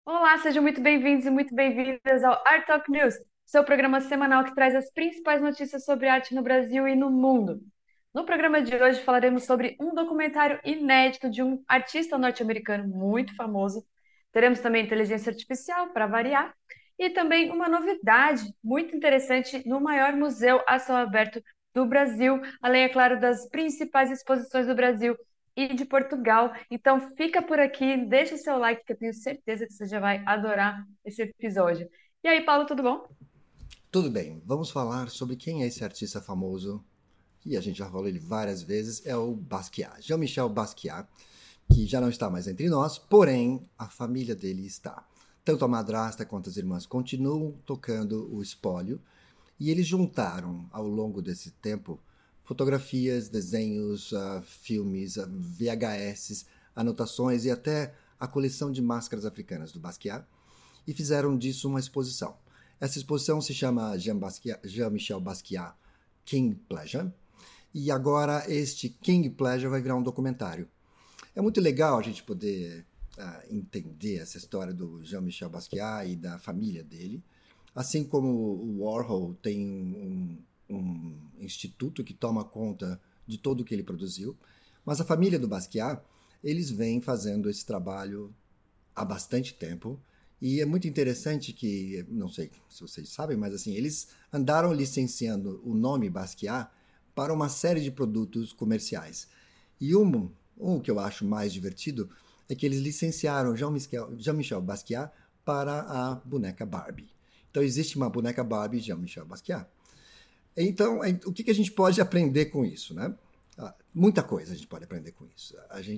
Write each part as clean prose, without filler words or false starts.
Olá, sejam muito bem-vindos e muito bem-vindas ao Art Talk News, seu programa semanal que traz as principais notícias sobre arte no Brasil e no mundo. No programa de hoje falaremos sobre um documentário inédito de um artista norte-americano muito famoso. Teremos também inteligência artificial, para variar, e também uma novidade muito interessante no maior museu a céu aberto do Brasil, além, é claro, das principais exposições do Brasil e de Portugal. Então fica por aqui, deixa o seu like que eu tenho certeza que você já vai adorar esse episódio. E aí, Paulo, tudo bom? Tudo bem, vamos falar sobre quem é esse artista famoso, que a gente já falou ele várias vezes, é o Basquiat, Jean-Michel Basquiat, que já não está mais entre nós, porém a família dele está. Tanto a madrasta quanto as irmãs continuam tocando o espólio, e eles juntaram, ao longo desse tempo, fotografias, desenhos, filmes, VHS, anotações e até a coleção de máscaras africanas do Basquiat, e fizeram disso uma exposição. Essa exposição se chama Jean-Michel Basquiat King Pleasure, e agora este King Pleasure vai virar um documentário. É muito legal a gente poder entender essa história do Jean-Michel Basquiat e da família dele, assim como o Warhol tem um instituto que toma conta de tudo o que ele produziu, mas a família do Basquiat, eles vêm fazendo esse trabalho há bastante tempo. E é muito interessante que, não sei se vocês sabem, mas assim, eles andaram licenciando o nome Basquiat para uma série de produtos comerciais. E um que eu acho mais divertido é que eles licenciaram Jean-Michel Basquiat para a boneca Barbie. Então existe uma boneca Barbie Jean-Michel Basquiat. Então, o que a gente pode aprender com isso, né? Muita coisa a gente pode aprender com isso.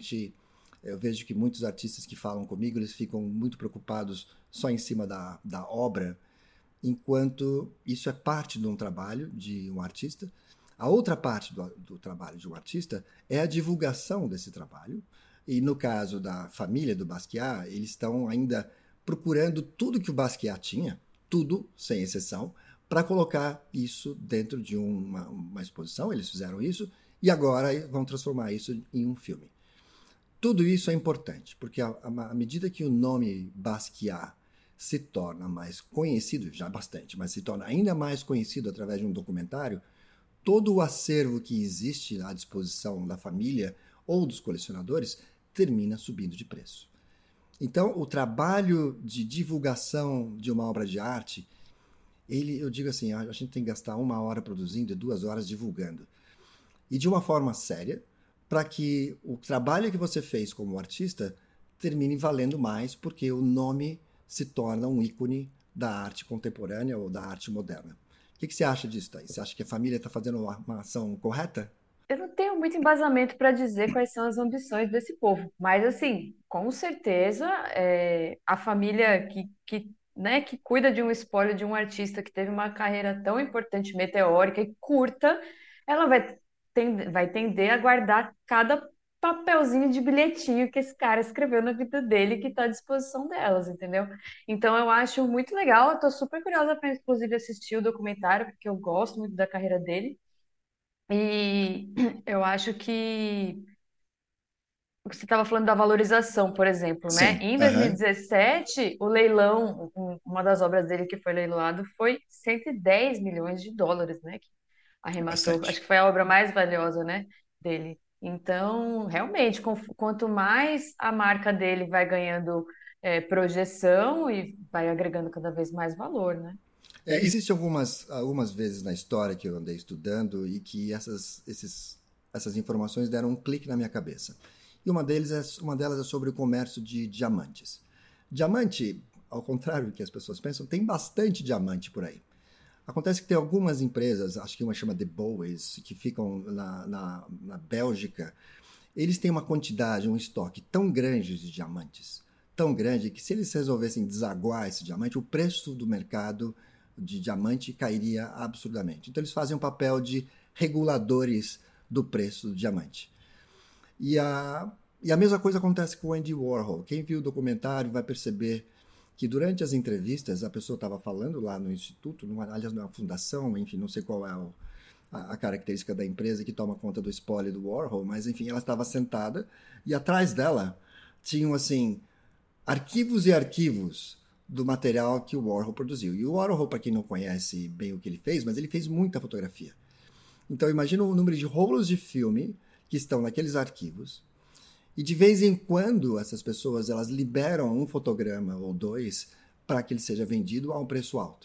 Eu vejo que muitos artistas que falam comigo, eles ficam muito preocupados só em cima da obra, enquanto isso é parte de um trabalho de um artista. A outra parte do trabalho de um artista é a divulgação desse trabalho. E no caso da família do Basquiat, eles estão ainda procurando tudo que o Basquiat tinha, tudo, sem exceção, para colocar isso dentro de uma exposição. Eles fizeram isso e agora vão transformar isso em um filme. Tudo isso é importante, porque à medida que o nome Basquiat se torna mais conhecido, já bastante, mas se torna ainda mais conhecido através de um documentário, todo o acervo que existe à disposição da família ou dos colecionadores termina subindo de preço. Então, o trabalho de divulgação de uma obra de arte, eu digo assim, a gente tem que gastar 1 hora produzindo e 2 horas divulgando. E de uma forma séria, para que o trabalho que você fez como artista termine valendo mais, porque o nome se torna um ícone da arte contemporânea ou da arte moderna. O que você acha disso, Thaís? Você acha que a família está fazendo uma ação correta? Eu não tenho muito embasamento para dizer quais são as ambições desse povo, mas assim, com certeza, a família que cuida de um espólio de um artista que teve uma carreira tão importante, meteórica e curta, ela vai tender a guardar cada papelzinho de bilhetinho que esse cara escreveu na vida dele que está à disposição delas, entendeu? Então eu acho muito legal, eu tô super curiosa para inclusive assistir o documentário, porque eu gosto muito da carreira dele. E eu acho que você estava falando da valorização, por exemplo, né? Sim. Em Aham. 2017, o leilão, uma das obras dele que foi leiloado foi 110 milhões de dólares, né? Que arrematou, acho Bastante. que foi a obra mais valiosa, né, dele. Então, realmente, quanto mais a marca dele vai ganhando projeção e vai agregando cada vez mais valor, né? Existem algumas vezes na história que eu andei estudando e que essas informações deram um clique na minha cabeça. E uma delas é sobre o comércio de diamantes. Diamante, ao contrário do que as pessoas pensam, tem bastante diamante por aí. Acontece que tem algumas empresas, acho que uma chama The Bowies, que ficam na Bélgica. Eles têm uma quantidade, um estoque tão grande de diamantes, tão grande, que se eles resolvessem desaguar esse diamante, o preço do mercado de diamante cairia absurdamente. Então eles fazem um papel de reguladores do preço do diamante. E a mesma coisa acontece com o Andy Warhol. Quem viu o documentário vai perceber que durante as entrevistas a pessoa estava falando lá no instituto, aliás, numa fundação, enfim, não sei qual é a característica da empresa que toma conta do espólio do Warhol, mas enfim, ela estava sentada e atrás dela tinham assim arquivos e arquivos do material que o Warhol produziu. E o Warhol, para quem não conhece bem o que ele fez, mas ele fez muita fotografia. Então imagina o número de rolos de filme que estão naqueles arquivos. E de vez em quando essas pessoas elas liberam um fotograma ou dois para que ele seja vendido a um preço alto.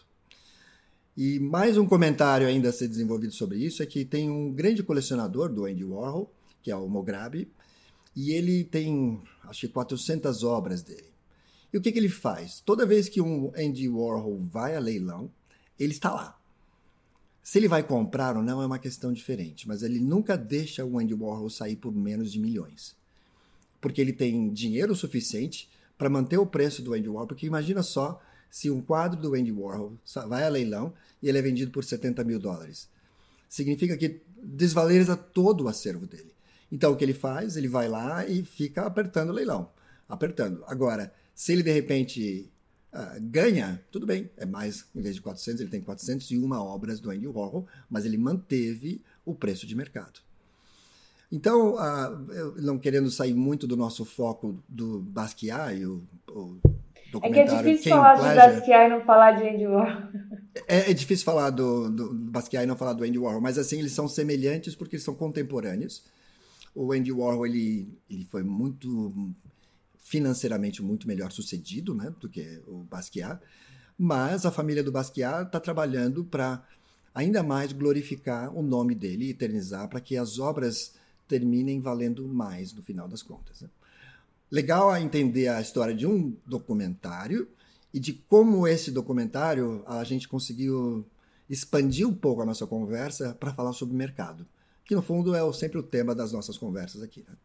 E mais um comentário ainda a ser desenvolvido sobre isso é que tem um grande colecionador do Andy Warhol, que é o Mograbi, e ele tem, acho que 400 obras dele. E o que ele faz? Toda vez que um Andy Warhol vai a leilão, ele está lá. Se ele vai comprar ou não é uma questão diferente, mas ele nunca deixa o Andy Warhol sair por menos de milhões. Porque ele tem dinheiro suficiente para manter o preço do Andy Warhol, porque imagina só se um quadro do Andy Warhol vai a leilão e ele é vendido por 70 mil dólares. Significa que desvaloriza todo o acervo dele. Então o que ele faz? Ele vai lá e fica apertando o leilão. Apertando. Agora, se ele de repente ganha, tudo bem. É mais, em vez de 400, ele tem 401 obras do Andy Warhol, mas ele manteve o preço de mercado. Então, não querendo sair muito do nosso foco do Basquiat e o É que é documentário difícil King falar de Pleasure, Basquiat e não falar de Andy Warhol. é difícil falar do Basquiat e não falar do Andy Warhol, mas assim, eles são semelhantes porque eles são contemporâneos. O Andy Warhol, ele foi muito financeiramente muito melhor sucedido, né, do que o Basquiat, mas a família do Basquiat está trabalhando para ainda mais glorificar o nome dele e eternizar para que as obras terminem valendo mais no final das contas. Né? Legal a entender a história de um documentário e de como esse documentário a gente conseguiu expandir um pouco a nossa conversa para falar sobre o mercado, que no fundo é sempre o tema das nossas conversas aqui. Né?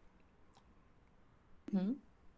Uhum.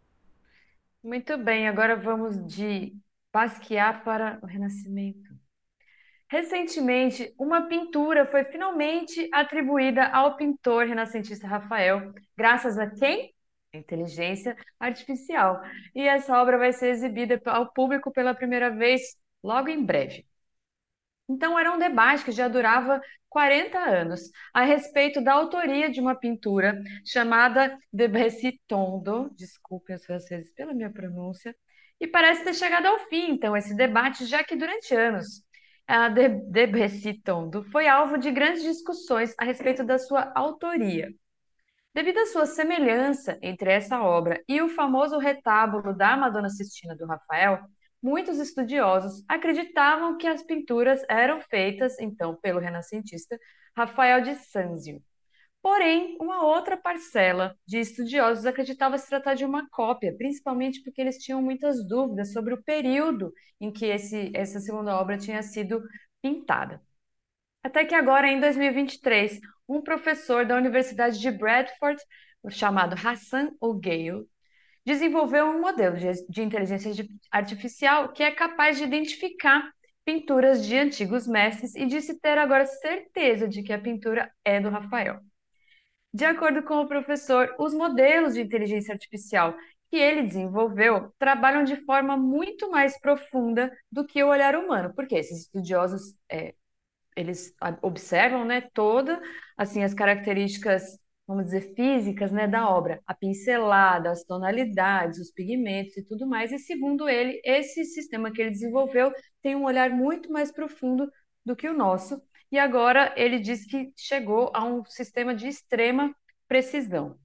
Muito bem, agora vamos de Basquiat para o Renascimento. Recentemente, uma pintura foi finalmente atribuída ao pintor renascentista Rafael, graças a quem? A inteligência artificial. E essa obra vai ser exibida ao público pela primeira vez logo em breve. Então, era um debate que já durava 40 anos a respeito da autoria de uma pintura chamada Debussy Tondo, desculpe os franceses pela minha pronúncia, e parece ter chegado ao fim, então, esse debate, já que durante anos a Debussy Tondo foi alvo de grandes discussões a respeito da sua autoria. Devido à sua semelhança entre essa obra e o famoso retábulo da Madonna Sistina do Rafael, muitos estudiosos acreditavam que as pinturas eram feitas, então, pelo renascentista Rafael de Sanzio. Porém, uma outra parcela de estudiosos acreditava se tratar de uma cópia, principalmente porque eles tinham muitas dúvidas sobre o período em que essa segunda obra tinha sido pintada. Até que agora, em 2023, um professor da Universidade de Bradford, chamado Hassan Oghale, desenvolveu um modelo de inteligência artificial que é capaz de identificar pinturas de antigos mestres e de se ter agora certeza de que a pintura é do Rafael. De acordo com o professor, os modelos de inteligência artificial que ele desenvolveu trabalham de forma muito mais profunda do que o olhar humano, porque esses estudiosos eles observam, né, toda assim as características, vamos dizer, físicas, né, da obra, a pincelada, as tonalidades, os pigmentos e tudo mais. E segundo ele, esse sistema que ele desenvolveu tem um olhar muito mais profundo do que o nosso. E agora ele diz que chegou a um sistema de extrema precisão.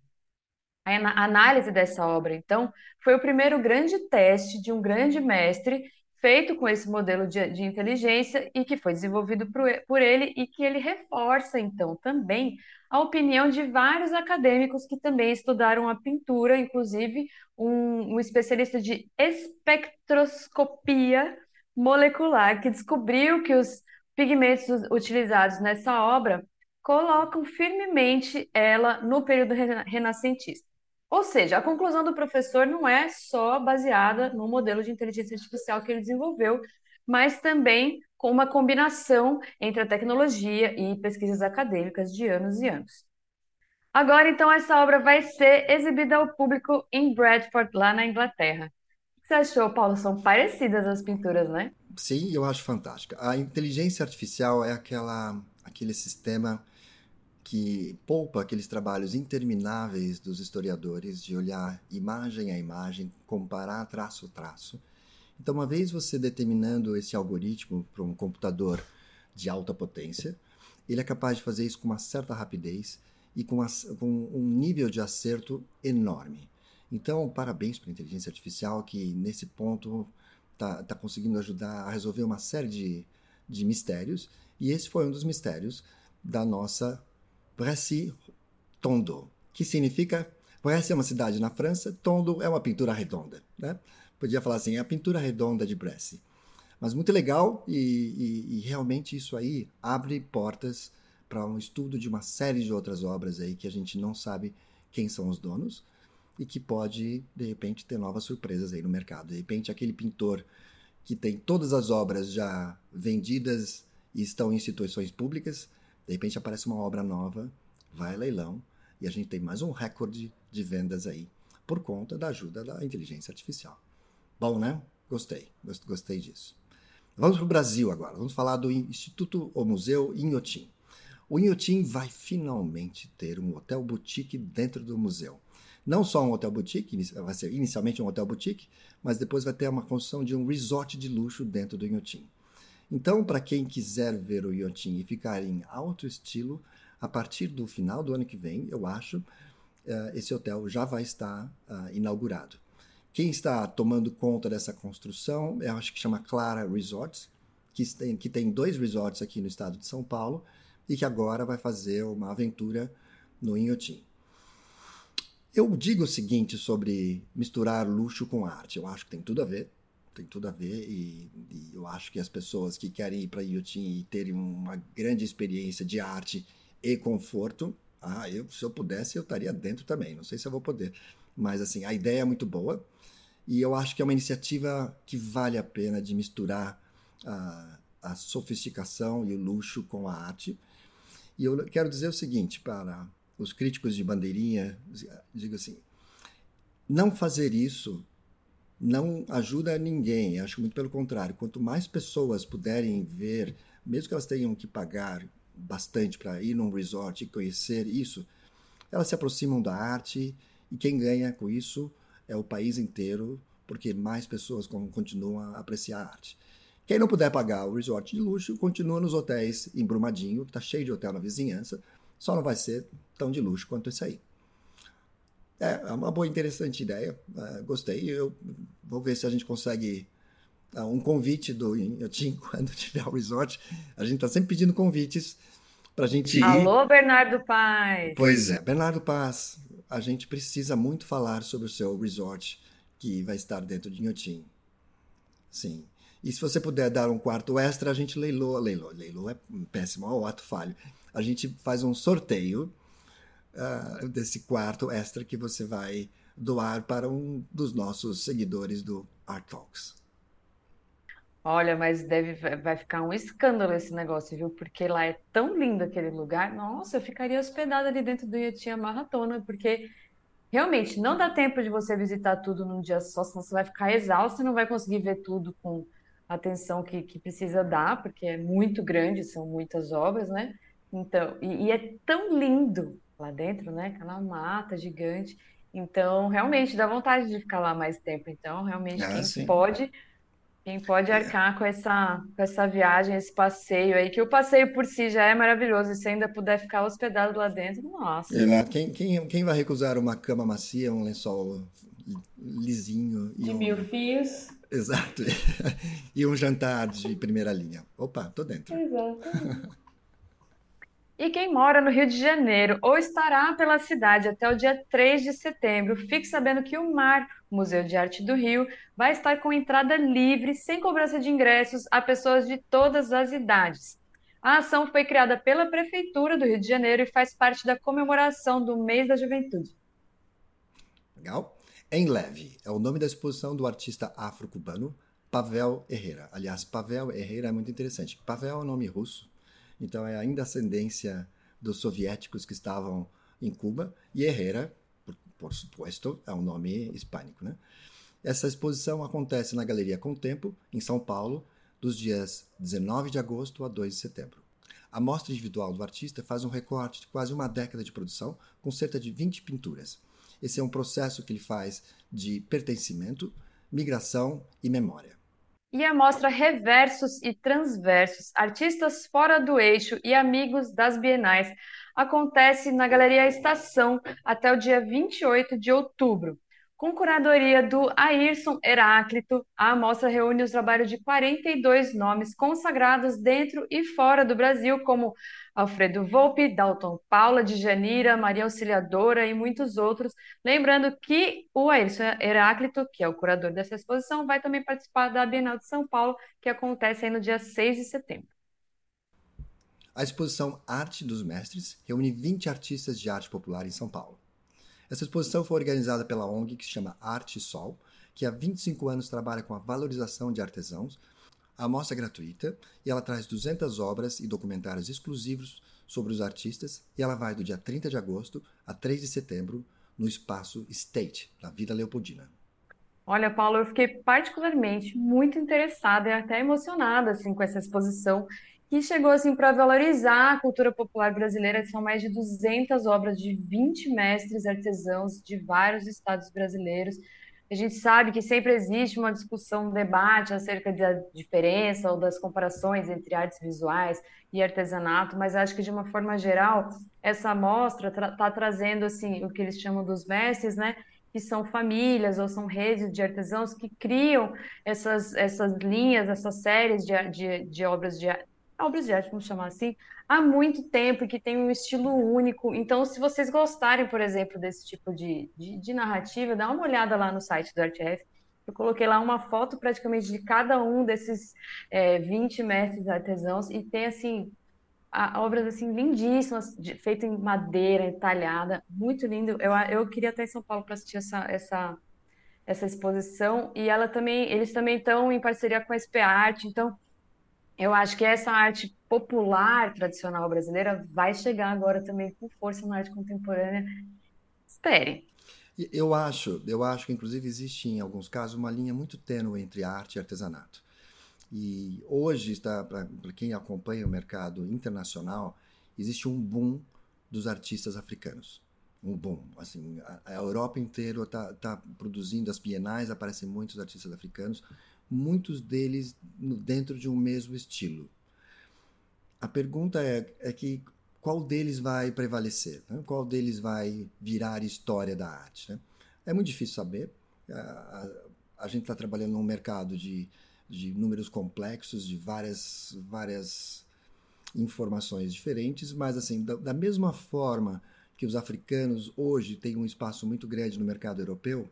A análise dessa obra, então, foi o primeiro grande teste de um grande mestre feito com esse modelo de inteligência e que foi desenvolvido por ele e que ele reforça, então, também a opinião de vários acadêmicos que também estudaram a pintura, inclusive um especialista de espectroscopia molecular que descobriu que os pigmentos utilizados nessa obra colocam firmemente ela no período renascentista. Ou seja, a conclusão do professor não é só baseada no modelo de inteligência artificial que ele desenvolveu, mas também com uma combinação entre a tecnologia e pesquisas acadêmicas de anos e anos. Agora, então, essa obra vai ser exibida ao público em Bradford, lá na Inglaterra. O que você achou, Paulo? São parecidas as pinturas, né? Sim, eu acho fantástica. A inteligência artificial é aquele sistema que poupa aqueles trabalhos intermináveis dos historiadores de olhar imagem a imagem, comparar traço a traço. Então, uma vez você determinando esse algoritmo para um computador de alta potência, ele é capaz de fazer isso com uma certa rapidez e com um nível de acerto enorme. Então, parabéns para a inteligência artificial que, nesse ponto, está conseguindo ajudar a resolver uma série de mistérios, e esse foi um dos mistérios da nossa Bressy Tondo, que significa... Bressy é uma cidade na França, Tondo é uma pintura redonda, né? Podia falar assim, é a pintura redonda de Bressy. Mas muito legal e realmente isso aí abre portas para um estudo de uma série de outras obras aí que a gente não sabe quem são os donos e que pode, de repente, ter novas surpresas aí no mercado. De repente, aquele pintor que tem todas as obras já vendidas e estão em instituições públicas, de repente aparece uma obra nova, vai a leilão e a gente tem mais um recorde de vendas aí por conta da ajuda da inteligência artificial. Bom, né? Gostei disso. Vamos para o Brasil agora. Vamos falar do Instituto ou Museu Inhotim. O Inhotim vai finalmente ter um hotel boutique dentro do museu. Não só um hotel boutique, vai ser inicialmente um hotel boutique, mas depois vai ter uma construção de um resort de luxo dentro do Inhotim. Então, para quem quiser ver o Inhotim e ficar em alto estilo, a partir do final do ano que vem, eu acho, esse hotel já vai estar inaugurado. Quem está tomando conta dessa construção, eu acho que chama Clara Resorts, que tem 2 resorts aqui no estado de São Paulo e que agora vai fazer uma aventura no Inhotim. Eu digo o seguinte sobre misturar luxo com arte. Eu acho que tem tudo a ver e eu acho que as pessoas que querem ir para Inhotim e terem uma grande experiência de arte e conforto, se eu pudesse, eu estaria dentro também. Não sei se eu vou poder, mas assim, a ideia é muito boa. E eu acho que é uma iniciativa que vale a pena de misturar a sofisticação e o luxo com a arte. E eu quero dizer o seguinte para os críticos de bandeirinha, digo assim, não fazer isso não ajuda ninguém. Eu acho muito pelo contrário. Quanto mais pessoas puderem ver, mesmo que elas tenham que pagar bastante para ir num resort e conhecer isso, elas se aproximam da arte e quem ganha com isso é o país inteiro, porque mais pessoas continuam a apreciar a arte. Quem não puder pagar o resort de luxo, continua nos hotéis em Brumadinho, que está cheio de hotel na vizinhança, só não vai ser tão de luxo quanto esse aí. É uma boa, interessante ideia, gostei. Eu vou ver se a gente consegue um convite do Inhotim quando tiver o resort. A gente está sempre pedindo convites para a gente ir. Alô, Bernardo Paes! Pois é, Bernardo Paz, a gente precisa muito falar sobre o seu resort que vai estar dentro de Inhotim. Sim. E se você puder dar um quarto extra, a gente leiloa é péssimo, é um ato falho. A gente faz um sorteio desse quarto extra que você vai doar para um dos nossos seguidores do Art Talks. Olha, mas vai ficar um escândalo esse negócio, viu? Porque lá é tão lindo aquele lugar. Nossa, eu ficaria hospedada ali dentro do Inhotim a maratona, porque realmente não dá tempo de você visitar tudo num dia só, senão você vai ficar exausto e não vai conseguir ver tudo com a atenção que precisa dar, porque é muito grande, são muitas obras, né? Então, e é tão lindo lá dentro, né? Aquela mata gigante. Então, realmente dá vontade de ficar lá mais tempo. Então, realmente, Sim. quem pode arcar com essa viagem, esse passeio aí, que o passeio por si já é maravilhoso, e se ainda puder ficar hospedado lá dentro, nossa. Quem vai recusar uma cama macia, um lençol lisinho e De mil fios. Exato. E um jantar de primeira linha. Opa, tô dentro. Exatamente. E quem mora no Rio de Janeiro ou estará pela cidade até o dia 3 de setembro, fique sabendo que o MAR, Museu de Arte do Rio, vai estar com entrada livre, sem cobrança de ingressos, a pessoas de todas as idades. A ação foi criada pela Prefeitura do Rio de Janeiro e faz parte da comemoração do Mês da Juventude. Legal? Em Leve é o nome da exposição do artista afro-cubano Pavel Herrera. Aliás, Pavel Herrera é muito interessante. Pavel é um nome russo, então é ainda ascendência dos soviéticos que estavam em Cuba, e Herrera, por supuesto, é um nome hispânico, né? Essa exposição acontece na Galeria Com Tempo, em São Paulo, dos dias 19 de agosto a 2 de setembro. A mostra individual do artista faz um recorte de quase uma década de produção, com cerca de 20 pinturas. Esse é um processo que ele faz de pertencimento, migração e memória. E a mostra Reversos e Transversos, Artistas Fora do Eixo e Amigos das Bienais, acontece na Galeria Estação até o dia 28 de outubro. Com curadoria do Ayrson Heráclito, a mostra reúne os trabalhos de 42 nomes consagrados dentro e fora do Brasil, como Alfredo Volpi, Dalton Paula, Djanira, Maria Auxiliadora e muitos outros. Lembrando que o Ayrson Heráclito, que é o curador dessa exposição, vai também participar da Bienal de São Paulo, que acontece aí no dia 6 de setembro. A exposição Arte dos Mestres reúne 20 artistas de arte popular em São Paulo. Essa exposição foi organizada pela ONG que se chama Arte Sol, que há 25 anos trabalha com a valorização de artesãos. A mostra é gratuita e ela traz 200 obras e documentários exclusivos sobre os artistas e ela vai do dia 30 de agosto a 3 de setembro no espaço State, na Vila Leopoldina. Olha, Paulo, eu fiquei particularmente muito interessada e até emocionada assim com essa exposição que chegou assim para valorizar a cultura popular brasileira. São mais de 200 obras de 20 mestres artesãos de vários estados brasileiros. A gente sabe que sempre existe uma discussão, um debate acerca da diferença ou das comparações entre artes visuais e artesanato, mas acho que de uma forma geral essa mostra está trazendo assim o que eles chamam dos mestres, né? Que são famílias ou são redes de artesãos que criam essas linhas, essas séries de obras de arte, vamos chamar assim, há muito tempo e que tem um estilo único. Então, se vocês gostarem, por exemplo, desse tipo de narrativa, dá uma olhada lá no site do ArtRF. Eu coloquei lá uma foto praticamente de cada um desses 20 mestres artesãos e tem assim obras assim lindíssimas, feito em madeira, entalhada, muito lindo. Eu queria estar em São Paulo para assistir essa exposição e eles também estão em parceria com a SP Arte, então eu acho que essa arte popular tradicional brasileira vai chegar agora também com força na arte contemporânea. Espere. Eu acho que inclusive existe em alguns casos uma linha muito tênue entre arte e artesanato. E hoje está, para quem acompanha o mercado internacional, existe um boom dos artistas africanos. Um boom. Assim, a Europa inteira está produzindo as bienais, aparecem muitos artistas africanos, muitos deles dentro de um mesmo estilo. A pergunta é que qual deles vai prevalecer? Né? Qual deles vai virar história da arte? Né? É muito difícil saber. A gente está trabalhando num mercado de números complexos, de várias informações diferentes, mas assim, da mesma forma que os africanos hoje têm um espaço muito grande no mercado europeu,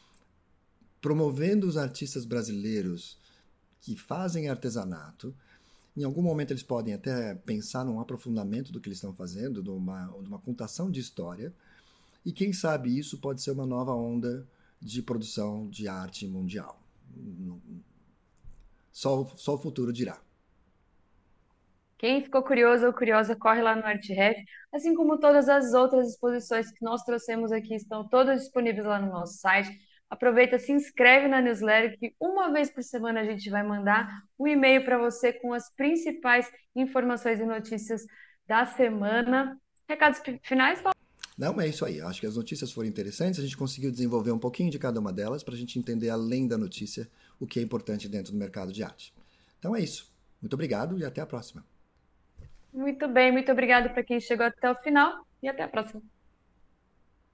promovendo os artistas brasileiros que fazem artesanato, em algum momento eles podem até pensar num aprofundamento do que eles estão fazendo, numa contação de história, e quem sabe isso pode ser uma nova onda de produção de arte mundial. Só o futuro dirá. Quem ficou curioso ou curiosa, corre lá no ArtRef, assim como todas as outras exposições que nós trouxemos aqui estão todas disponíveis lá no nosso site. Aproveita, se inscreve na newsletter que uma vez por semana a gente vai mandar um e-mail para você com as principais informações e notícias da semana. Recados finais, Paulo? Não, é isso aí. Acho que as notícias foram interessantes. A gente conseguiu desenvolver um pouquinho de cada uma delas para a gente entender, além da notícia, o que é importante dentro do mercado de arte. Então é isso. Muito obrigado e até a próxima. Muito bem, muito obrigada para quem chegou até o final e até a próxima.